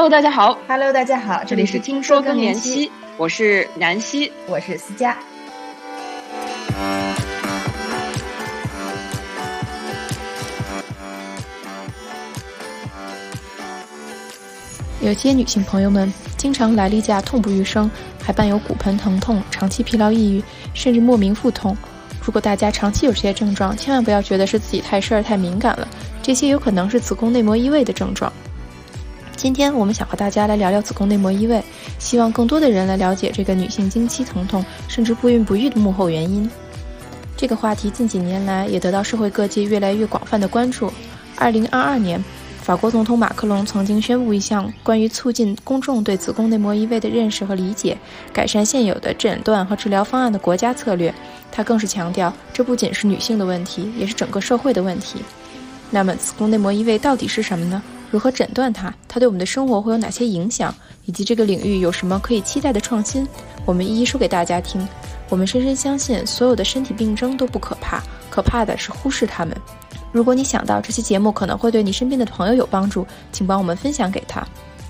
大家好 Hello， 大家好， 这里是听说更年期，我是南希， 我是思佳。 有些女性朋友们经常来例假痛不欲生，还伴有骨盆疼痛、长期疲劳抑郁，甚至莫名腹痛。如果大家长期有这些症状，千万不要觉得是自己太事儿太敏感了，这些有可能是子宫内膜异位的症状。今天我们想和大家来聊聊子宫内膜异位，希望更多的人来了解这个女性经期疼痛甚至不孕不育的幕后原因。这个话题近几年来也得到社会各界越来越广泛的关注。2022年，法国总统马克龙曾经宣布一项关于促进公众对子宫内膜异位的认识和理解，改善现有的诊断和治疗方案的国家策略。他更是强调，这不仅是女性的问题，也是整个社会的问题。那么子宫内膜异位到底是什么呢？如何诊断它？它对我们的生活会有哪些影响？以及这个领域有什么可以期待的创新？我们一一说给大家听。我们深深相信，所有的身体病症都不可怕，可怕的是忽视它们。如果你想到这期节目可能会对你身边的朋友有帮助，请帮我们分享给他。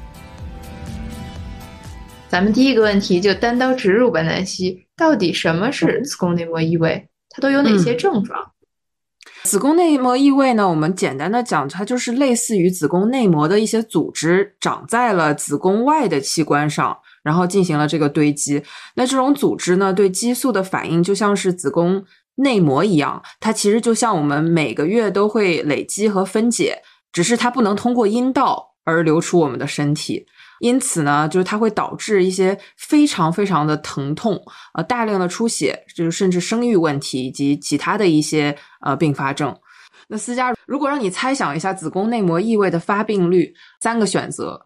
咱们第一个问题就单刀直入吧，南希，到底什么是子宫内膜异位？它都有哪些症状？ 子宫内膜异位呢，我们简单的讲，它就是类似于子宫内膜的一些组织长在了子宫外的器官上，然后进行了这个堆积。那这种组织呢，对激素的反应就像是子宫内膜一样，它其实就像我们每个月都会累积和分解，只是它不能通过阴道而流出我们的身体。因此呢，就是它会导致一些非常非常的疼痛，大量的出血，就是甚至生育问题以及其他的一些并发症。那思佳，如果让你猜想一下子宫内膜异位的发病率，3个选择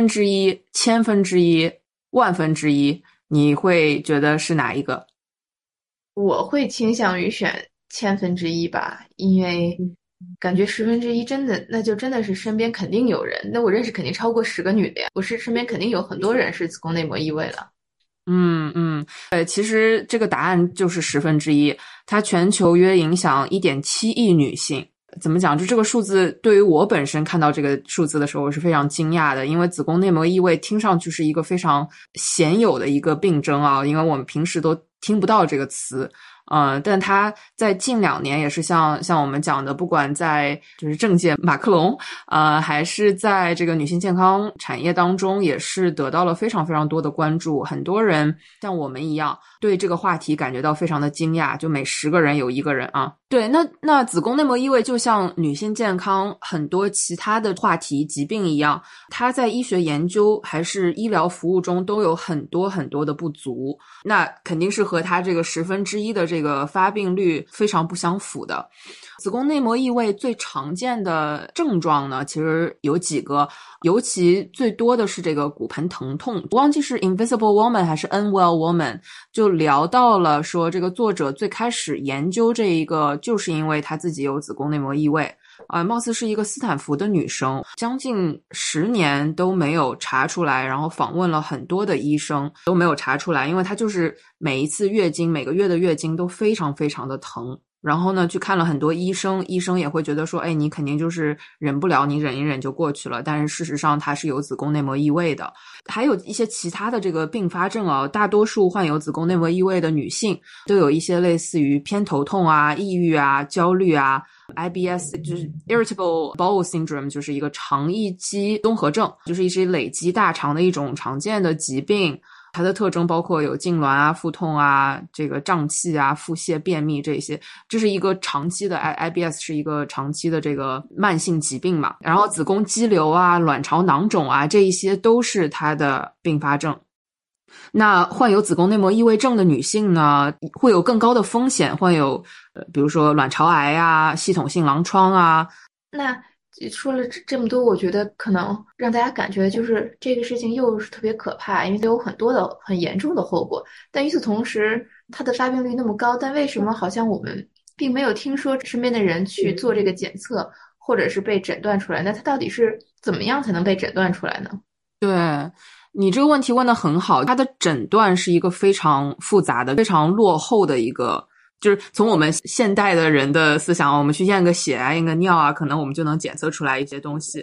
，1/1000、1/1000、1/1000，你会觉得是哪一个？ 我会倾向于选1/1000吧，因为感觉1/1000真的，那就真的是身边肯定有人，那我认识肯定超过10个女的呀，我是身边肯定有很多人是子宫内膜异位了。 其实这个答案就是1/1000，它全球约影响1.7亿女性。怎么讲？就这个数字，对于我本身看到这个数字的时候，我是非常惊讶的，因为子宫内膜异位听上去是一个非常鲜有的一个病症啊，因为我们平时都听不到这个词。但它在近2年也是像我们讲的，不管在就是政界马克龙，还是在这个女性健康产业当中，也是得到了非常非常多的关注。很多人像我们一样，对这个话题感觉到非常的惊讶，就每10个人有1个人啊。对，那子宫内膜异位就像女性健康很多其他的话题疾病一样，它在医学研究还是医疗服务中都有很多很多的不足，那肯定是和它这个1/1000的这个发病率非常不相符的。子宫内膜异位最常见的症状呢，其实有几个，尤其最多的是这个骨盆疼痛。我忘记是 Invisible Woman 还是 Unwell Woman 就聊到了说，这个作者最开始研究这一个就是因为她自己有子宫内膜异位。貌似是一个斯坦福的女生，将近10年都没有查出来，然后访问了很多的医生都没有查出来，因为她就是每一次月经，每个月的月经都非常非常的疼。然后呢，去看了很多医生，医生也会觉得说，你肯定就是忍不了，你忍一忍就过去了。但是事实上，它是有子宫内膜异位的。还有一些其他的这个并发症啊，大多数患有子宫内膜异位的女性都有一些类似于偏头痛啊、抑郁啊、焦虑啊。IBS 就是 Irritable Bowel Syndrome， 就是一个肠易激综合症，就是一些累积大肠的一种常见的疾病。它的特征包括有痉挛啊、腹痛啊、这个胀气啊、腹泻、便秘这些，这是一个长期的 IBS 是一个长期的这个慢性疾病嘛。然后子宫肌瘤啊、卵巢囊肿啊，这一些都是它的并发症。那患有子宫内膜异位症的女性呢，会有更高的风险患有比如说卵巢癌啊、系统性狼疮啊。 那说了这么多，我觉得可能让大家感觉就是这个事情又是特别可怕，因为它有很多的很严重的后果。但与此同时，它的发病率那么高，但为什么好像我们并没有听说身边的人去做这个检测，或者是被诊断出来？那它到底是怎么样才能被诊断出来呢？ 对，你这个问题问得很好，它的诊断是一个非常复杂的、非常落后的一个，就是从我们现代的人的思想，我们去验个血啊、验个尿啊，可能我们就能检测出来一些东西。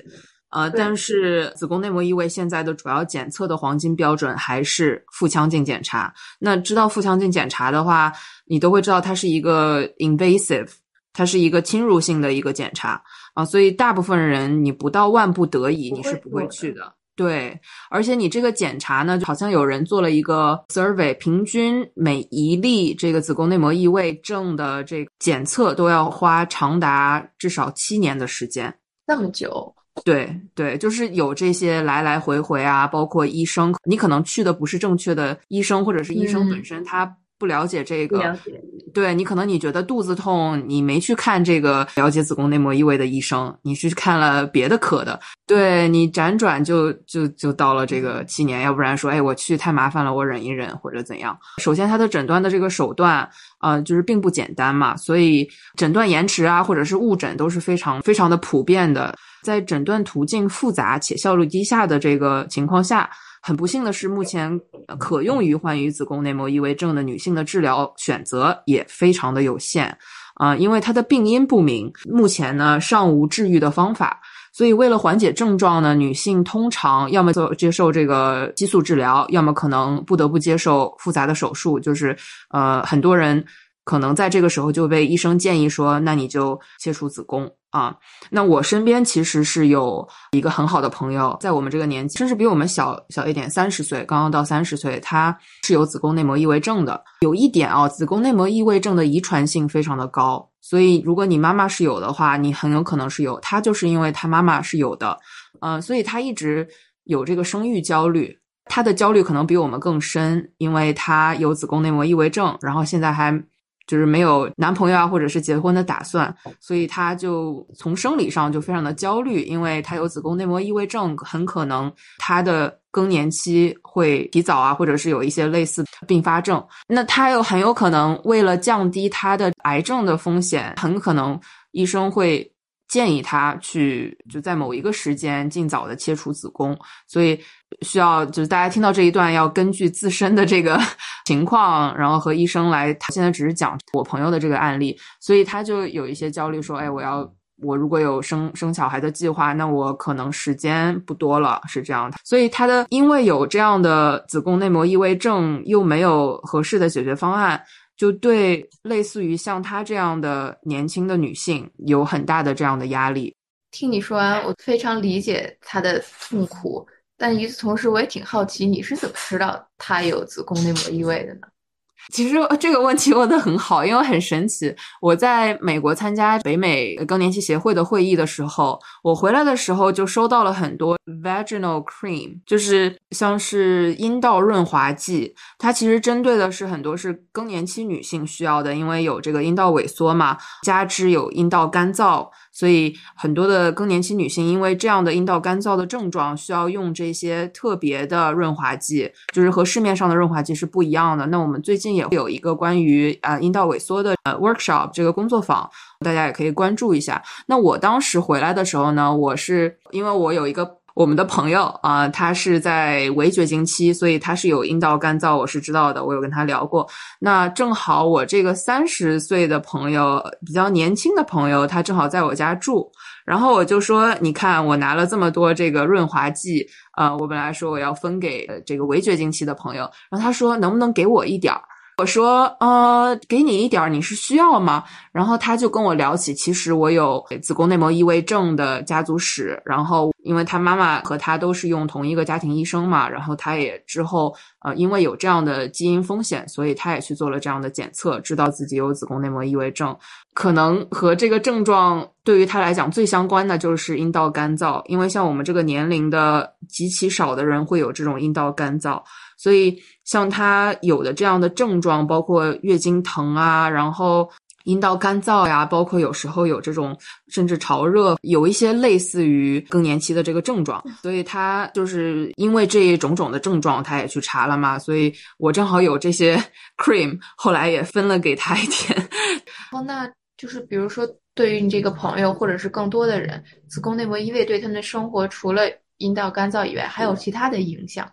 但是子宫内膜异位现在的主要检测的黄金标准还是腹腔镜检查。那知道腹腔镜检查的话，你都会知道它是一个 invasive， 它是一个侵入性的一个检查所以大部分人你不到万不得已你是不会去的。对，而且你这个检查呢，好像有人做了一个 survey， 平均每一例这个子宫内膜异位症的这个检测都要花长达至少7年的时间。 那么久？ 对对，就是有这些来来回回啊，包括医生，你可能去的不是正确的医生，或者是医生本身他不了解这个，对，你可能你觉得肚子痛，你没去看这个了解子宫内膜异位的医生，你去看了别的科的，对，你辗转就到了这个7年，要不然说我去太麻烦了，我忍一忍或者怎样。首先它的诊断的这个手段就是并不简单嘛，所以诊断延迟啊或者是误诊都是非常非常的普遍的。在诊断途径复杂且效率低下的这个情况下，很不幸的是，目前可用于患于子宫内膜异位症的女性的治疗选择也非常的有限因为它的病因不明，目前呢尚无治愈的方法。所以为了缓解症状呢，女性通常要么接受这个激素治疗，要么可能不得不接受复杂的手术，就是很多人可能在这个时候就被医生建议说，那你就切除子宫那我身边其实是有一个很好的朋友，在我们这个年纪，甚至比我们小一点，30岁，刚刚到30岁，他是有子宫内膜异位症的。有一点子宫内膜异位症的遗传性非常的高，所以如果你妈妈是有的话，你很有可能是有，他就是因为他妈妈是有的所以他一直有这个生育焦虑。他的焦虑可能比我们更深，因为他有子宫内膜异位症，然后现在还就是没有男朋友或者是结婚的打算，所以他就从生理上就非常的焦虑，因为他有子宫内膜异位症，很可能他的更年期会提早或者是有一些类似并发症。那他又很有可能为了降低他的癌症的风险，很可能医生会建议他去就在某一个时间尽早的切除子宫，所以需要就是大家听到这一段要根据自身的这个情况，然后和医生来。现在只是讲我朋友的这个案例，所以他就有一些焦虑说，我如果有生小孩的计划，那我可能时间不多了，是这样的。所以他的因为有这样的子宫内膜异位症，又没有合适的解决方案，就对类似于像她这样的年轻的女性有很大的这样的压力。 听你说完，我非常理解她的痛苦，但与此同时我也挺好奇，你是怎么知道她有子宫内膜异位的呢？ 其实这个问题问得很好，因为很神奇。我在美国参加北美更年期协会的会议的时候，我回来的时候就收到了很多 vaginal cream， 就是像是阴道润滑剂。它其实针对的是很多是更年期女性需要的，因为有这个阴道萎缩嘛，加之有阴道干燥，所以很多的更年期女性因为这样的阴道干燥的症状，需要用这些特别的润滑剂，就是和市面上的润滑剂是不一样的。那我们最近也会有一个关于阴道萎缩的workshop 这个工作坊，大家也可以关注一下。那我当时回来的时候呢，我是因为我有一个我们的朋友他是在围绝经期，所以他是有阴道干燥，我是知道的，我有跟他聊过。那正好我这个30岁的朋友，比较年轻的朋友，他正好在我家住，然后我就说，你看我拿了这么多这个润滑剂我本来说我要分给这个围绝经期的朋友，然后他说能不能给我一点儿。我说给你一点，你是需要吗？然后他就跟我聊起，其实我有子宫内膜异位症的家族史，然后因为他妈妈和他都是用同一个家庭医生嘛，然后他也之后因为有这样的基因风险，所以他也去做了这样的检测，知道自己有子宫内膜异位症。可能和这个症状对于他来讲最相关的就是阴道干燥，因为像我们这个年龄的极其少的人会有这种阴道干燥，所以像他有的这样的症状，包括月经疼然后阴道干燥包括有时候有这种甚至潮热，有一些类似于更年期的这个症状，所以他就是因为这一种种的症状他也去查了嘛，所以我正好有这些 cream， 后来也分了给他一点。 那就是比如说对于你这个朋友或者是更多的人，子宫内膜异位对他们的生活除了阴道干燥以外还有其他的影响吗？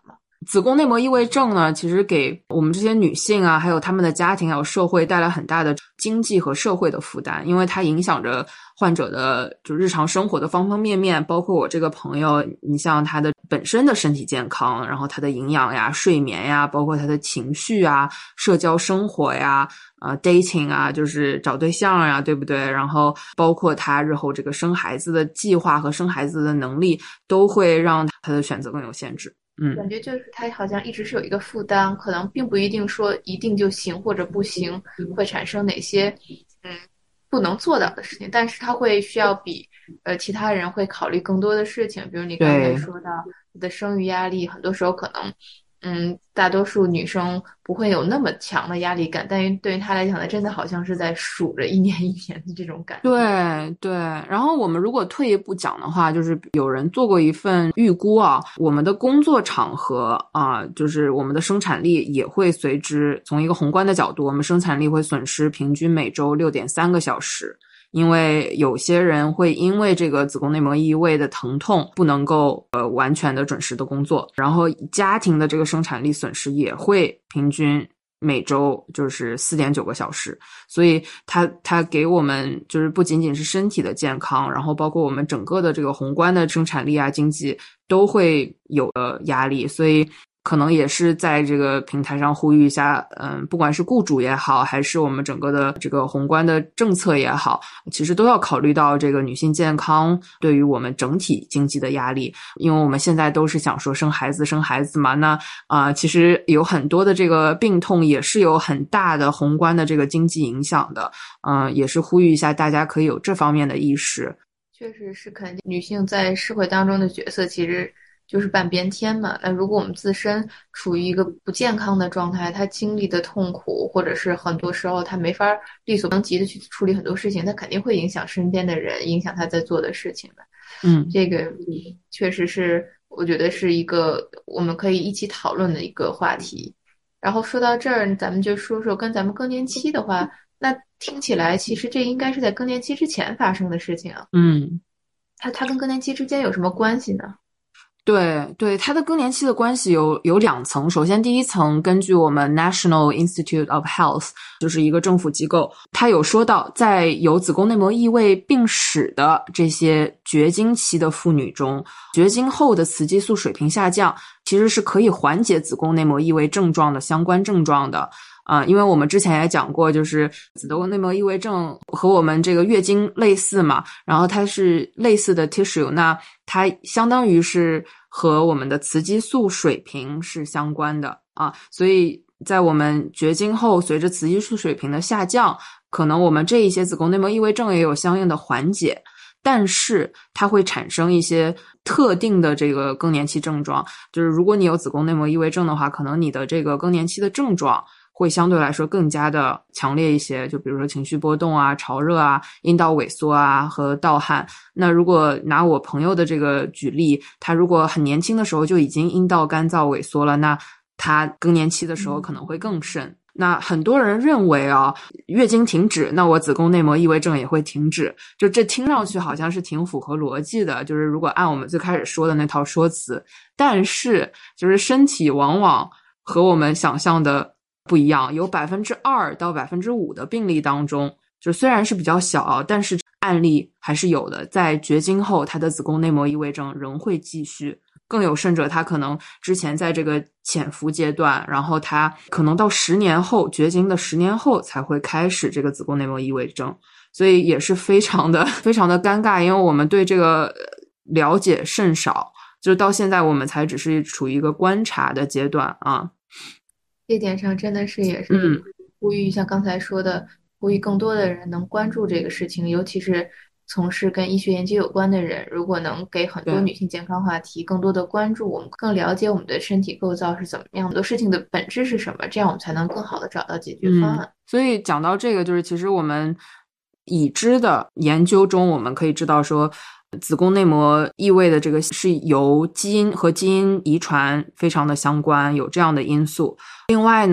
子宫内膜异位症呢，其实给我们这些女性啊，还有她们的家庭还有社会带来很大的经济和社会的负担，因为它影响着患者的就日常生活的方方面面，包括我这个朋友，你像她的本身的身体健康，然后她的营养呀、睡眠呀，包括她的情绪啊、社交生活呀、dating 啊，就是找对象呀，对不对？然后包括她日后这个生孩子的计划和生孩子的能力，都会让她的选择更有限制。 感觉就是他好像一直是有一个负担，可能并不一定说一定就行或者不行，会产生哪些不能做到的事情，但是他会需要比其他人会考虑更多的事情，比如你刚才说到你的生育压力，很多时候可能大多数女生不会有那么强的压力感，但对于她来讲呢，真的好像是在数着一年一年的这种感觉。 对对，然后我们如果退一步讲的话，就是有人做过一份预估啊，我们的工作场合啊，就是我们的生产力也会随之，从一个宏观的角度，我们生产力会损失平均每周6.3个小时。因为有些人会因为这个子宫内膜异位的疼痛不能够完全的准时的工作，然后家庭的这个生产力损失也会平均每周就是4.9个小时，所以它给我们就是不仅仅是身体的健康，然后包括我们整个的这个宏观的生产力啊、经济都会有压力，所以可能也是在这个平台上呼吁一下，不管是雇主也好，还是我们整个的这个宏观的政策也好，其实都要考虑到这个女性健康对于我们整体经济的压力。因为我们现在都是想说生孩子嘛，那其实有很多的这个病痛也是有很大的宏观的这个经济影响的，也是呼吁一下大家可以有这方面的意识。 确实是肯定，女性在社会当中的角色其实就是半边天嘛。那如果我们自身处于一个不健康的状态，她经历的痛苦，或者是很多时候她没法力所能及的去处理很多事情，她肯定会影响身边的人，影响她在做的事情的。这个确实是我觉得是一个我们可以一起讨论的一个话题。然后说到这儿，咱们就说说跟咱们更年期的话，那听起来其实这应该是在更年期之前发生的事情啊。它跟更年期之间有什么关系呢？ 对，它的更年期的关系有2层。首先第一层，根据我们 National Institute of Health， 就是一个政府机构，它有说到在有子宫内膜异位病史的这些绝经期的妇女中，绝经后的雌激素水平下降其实是可以缓解子宫内膜异位症状的相关症状的。因为我们之前也讲过，就是子宫内膜异位症和我们这个月经类似嘛，然后它是类似的 tissue， 那它相当于是和我们的雌激素水平是相关的啊，所以在我们绝经后，随着雌激素水平的下降，可能我们这一些子宫内膜异位症也有相应的缓解，但是它会产生一些特定的这个更年期症状，就是如果你有子宫内膜异位症的话，可能你的这个更年期的症状会相对来说更加的强烈一些，就比如说情绪波动啊、潮热啊、阴道萎缩啊和盗汗。那如果拿我朋友的这个举例，他如果很年轻的时候就已经阴道干燥萎缩了，那他更年期的时候可能会更甚。那很多人认为月经停止，那我子宫内膜异位症也会停止，就这听上去好像是挺符合逻辑的，就是如果按我们最开始说的那套说辞，但是就是身体往往和我们想象的不一样，有 2% 到 5% 的病例当中，就虽然是比较小，但是案例还是有的，在绝经后他的子宫内膜异位症仍会继续，更有甚者他可能之前在这个潜伏阶段，然后他可能到10年后，绝经的10年后才会开始这个子宫内膜异位症，所以也是非常的尴尬，因为我们对这个了解甚少，就到现在我们才只是处于一个观察的阶段啊。 这点上真的是也是呼吁，像刚才说的，呼吁更多的人能关注这个事情，尤其是从事跟医学研究有关的人，如果能给很多女性健康话题更多的关注，我们更了解我们的身体构造是怎么样，很多事情的本质是什么，这样我们才能更好的找到解决方案。 所以讲到这个，就是其实我们已知的研究中，我们可以知道说，子宫内膜异位的这个是由基因和基因遗传非常的相关，有这样的因素。另外呢，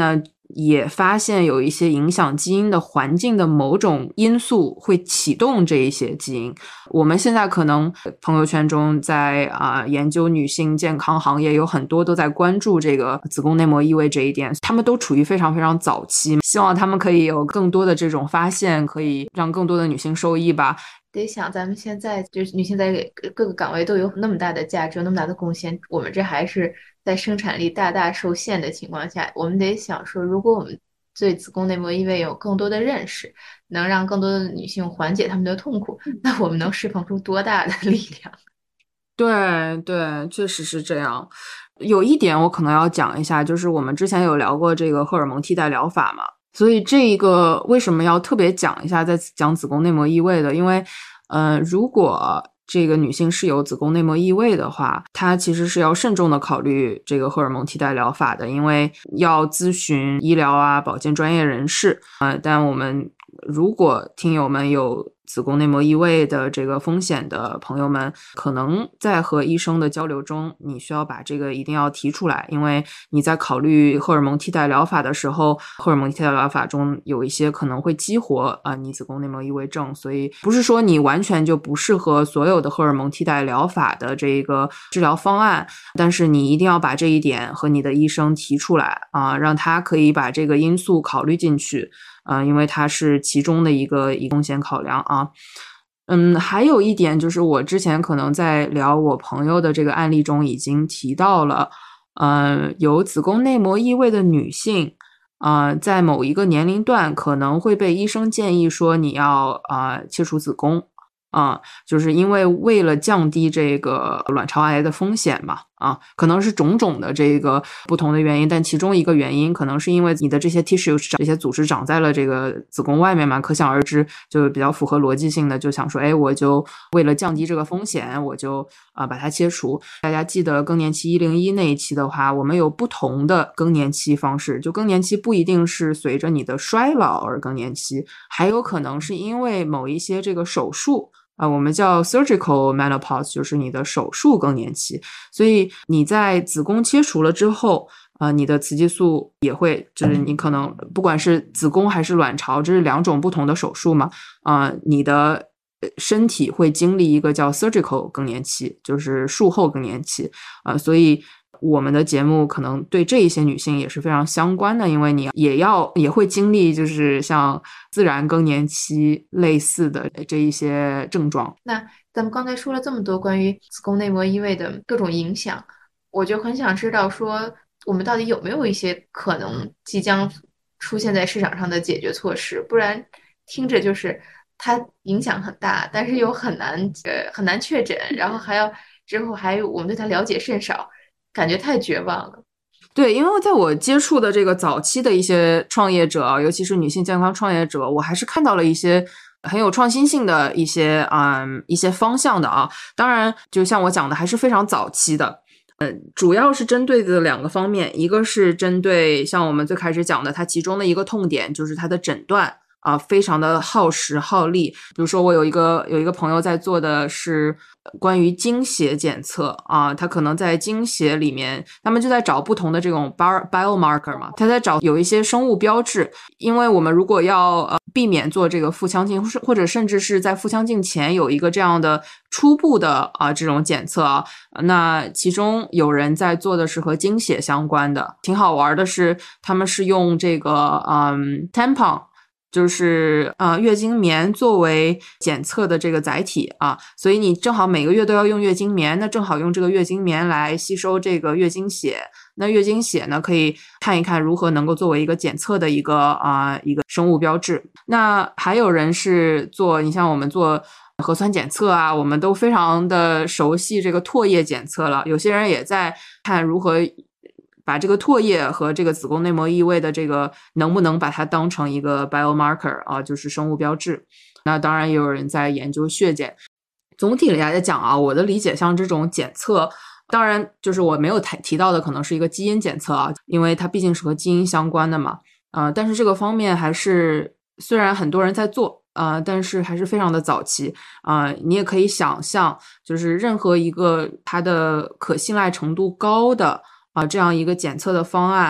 也发现有一些影响基因的环境的某种因素会启动这一些基因。我们现在可能朋友圈中在研究女性健康行业有很多都在关注这个子宫内膜异位这一点，他们都处于非常非常早期，希望他们可以有更多的这种发现，可以让更多的女性受益吧。 得想咱们现在就是女性在各个岗位都有那么大的价值，有那么大的贡献，我们这还是在生产力大大受限的情况下，我们得想说，如果我们对子宫内膜异位有更多的认识，能让更多的女性缓解她们的痛苦，那我们能释放出多大的力量？ 对对，确实是这样。有一点我可能要讲一下，就是我们之前有聊过这个荷尔蒙替代疗法嘛，所以这个为什么要特别讲一下，在讲子宫内膜异位的？因为如果这个女性是有子宫内膜异位的话，她其实是要慎重的考虑这个荷尔蒙替代疗法的，因为要咨询医疗啊、保健专业人士。但我们如果听友们有子宫内膜异位的这个风险的朋友们，可能在和医生的交流中，你需要把这个一定要提出来，因为你在考虑荷尔蒙替代疗法的时候，荷尔蒙替代疗法中有一些可能会激活你子宫内膜异位症，所以不是说你完全就不适合所有的荷尔蒙替代疗法的这个治疗方案，但是你一定要把这一点和你的医生提出来让他可以把这个因素考虑进去。因为它是其中的一个风险考量啊。还有一点就是我之前可能在聊我朋友的这个案例中已经提到了，有子宫内膜异位的女性在某一个年龄段可能会被医生建议说你要切除子宫。就是因为了降低这个卵巢癌的风险嘛，可能是种种的这个不同的原因，但其中一个原因可能是因为你的这些 tissue 这些组织长在了这个子宫外面嘛，可想而知，就比较符合逻辑性的，就想说，我就为了降低这个风险，我就把它切除。大家记得更年期101那一期的话，我们有不同的更年期方式，就更年期不一定是随着你的衰老而更年期，还有可能是因为某一些这个手术。我们叫 surgical menopause， 就是你的手术更年期，所以你在子宫切除了之后，你的雌激素也会，就是你可能不管是子宫还是卵巢，这是两种不同的手术嘛，你的身体会经历一个叫 surgical 更年期，就是术后更年期，所以我们的节目可能对这一些女性也是非常相关的，因为你也会经历就是像自然更年期类似的这一些症状。 那咱们刚才说了这么多关于子宫内膜异位的各种影响，我就很想知道说我们到底有没有一些可能即将出现在市场上的解决措施，不然听着就是它影响很大，但是又很难确诊，然后之后我们对它了解甚少，感觉太绝望了。 对，因为在我接触的这个早期的一些创业者，尤其是女性健康创业者，我还是看到了一些很有创新性的一些方向的啊。当然，就像我讲的，还是非常早期的。主要是针对的两个方面，一个是针对像我们最开始讲的，它其中的一个痛点就是它的诊断。非常的耗时耗力。比如说我有一个朋友在做的是关于经血检测他可能在经血里面，他们就在找不同的这种 biomarker 嘛，他在找有一些生物标志，因为我们如果要避免做这个腹腔镜，或者甚至是在腹腔镜前有一个这样的初步的这种检测那其中有人在做的是和经血相关的。挺好玩的是，他们是用这个tampon。就是月经棉作为检测的这个载体所以你正好每个月都要用月经棉，那正好用这个月经棉来吸收这个月经血，那月经血呢可以看一看如何能够作为一个检测的一个生物标志。那还有人是做，你像我们做核酸检测我们都非常的熟悉这个唾液检测了，有些人也在看如何把这个唾液和这个子宫内膜异位的这个能不能把它当成一个 biomarker 就是生物标志。那当然也有人在研究血检。总体来讲我的理解，像这种检测，当然就是我没有提到的可能是一个基因检测因为它毕竟是和基因相关的嘛。但是这个方面还是虽然很多人在做但是还是非常的早期你也可以想象，就是任何一个它的可信赖程度高的这样一个检测的方案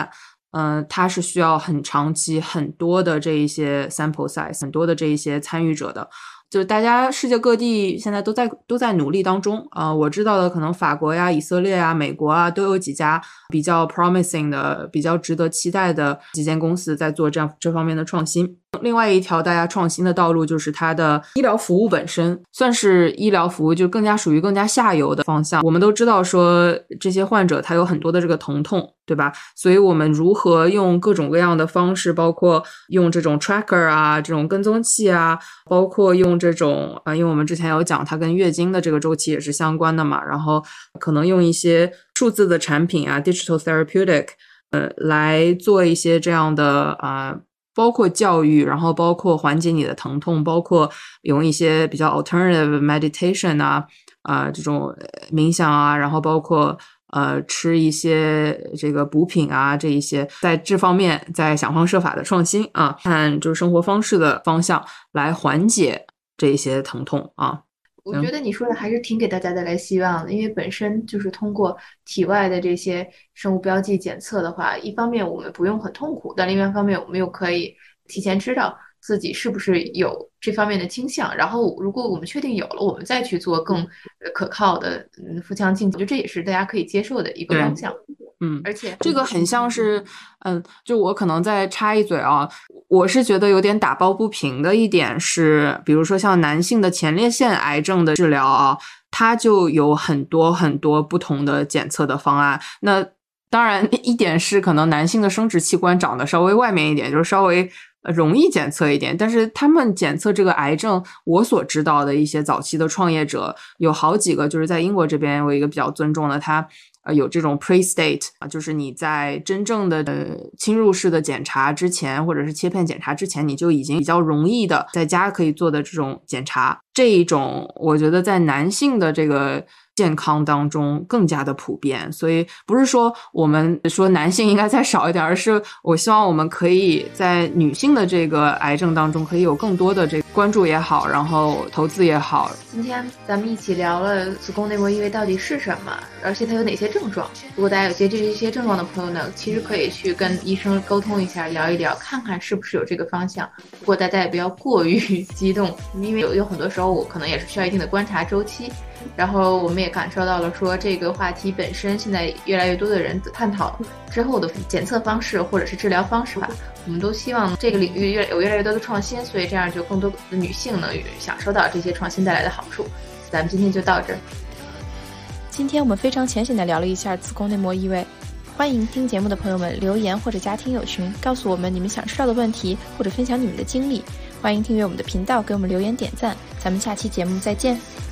它是需要很长期很多的这一些 sample size， 很多的这一些参与者的。就大家世界各地现在都在努力当中我知道的可能法国呀、以色列啊、美国啊都有几家比较 promising 的、比较值得期待的几间公司在做这方面的创新。另外一条大家创新的道路就是它的医疗服务本身，算是医疗服务就属于更加下游的方向。我们都知道说这些患者他有很多的这个疼痛，对吧？所以我们如何用各种各样的方式，包括用这种 tracker 啊，这种跟踪器啊，包括用这种因为我们之前有讲它跟月经的这个周期也是相关的嘛，然后可能用一些数字的产品啊 digital therapeutic 来做一些这样的包括教育，然后包括缓解你的疼痛，包括用一些比较 alternative meditation 这种冥想啊，然后包括吃一些这个补品啊，这一些在这方面在想方设法的创新看就是生活方式的方向来缓解这一些疼痛我觉得你说的还是挺给大家带来希望的，因为本身就是通过体外的这些生物标记检测的话，一方面我们不用很痛苦，但另外一方面我们又可以提前知道自己是不是有这方面的倾向，然后如果我们确定有了，我们再去做更可靠的腹腔镜，我觉得这也是大家可以接受的一个方向。而且这个很像是就我可能再插一嘴我是觉得有点打抱不平的一点是，比如说像男性的前列腺癌症的治疗它就有很多很多不同的检测的方案。那当然一点是可能男性的生殖器官长得稍微外面一点，就是稍微容易检测一点，但是他们检测这个癌症，我所知道的一些早期的创业者有好几个，就是在英国这边有一个比较尊重的，他有这种 pre-state 就是你在真正的侵入式的检查之前，或者是切片检查之前，你就已经比较容易的在家可以做的这种检查，这一种我觉得在男性的这个健康当中更加的普遍。所以不是说我们说男性应该再少一点，而是我希望我们可以在女性的这个癌症当中可以有更多的这个关注也好，然后投资也好。 今天咱们一起聊了子宫内膜异位到底是什么，而且它有哪些症状。如果大家有这些症状的朋友呢，其实可以去跟医生沟通一下，聊一聊，看看是不是有这个方向。不过大家也不要过于激动，因为有很多时候我可能也是需要一定的观察周期。然后我们也感受到了说这个话题本身现在越来越多的人探讨之后的检测方式或者是治疗方式吧，我们都希望这个领域有越来越多的创新，所以这样就更多的女性能享受到这些创新带来的好处。咱们今天就到这儿。 今天我们非常浅显地聊了一下子宫内膜异位，欢迎听节目的朋友们留言或者加听友群，告诉我们你们想知道的问题，或者分享你们的经历。欢迎订阅我们的频道，给我们留言点赞。咱们下期节目再见。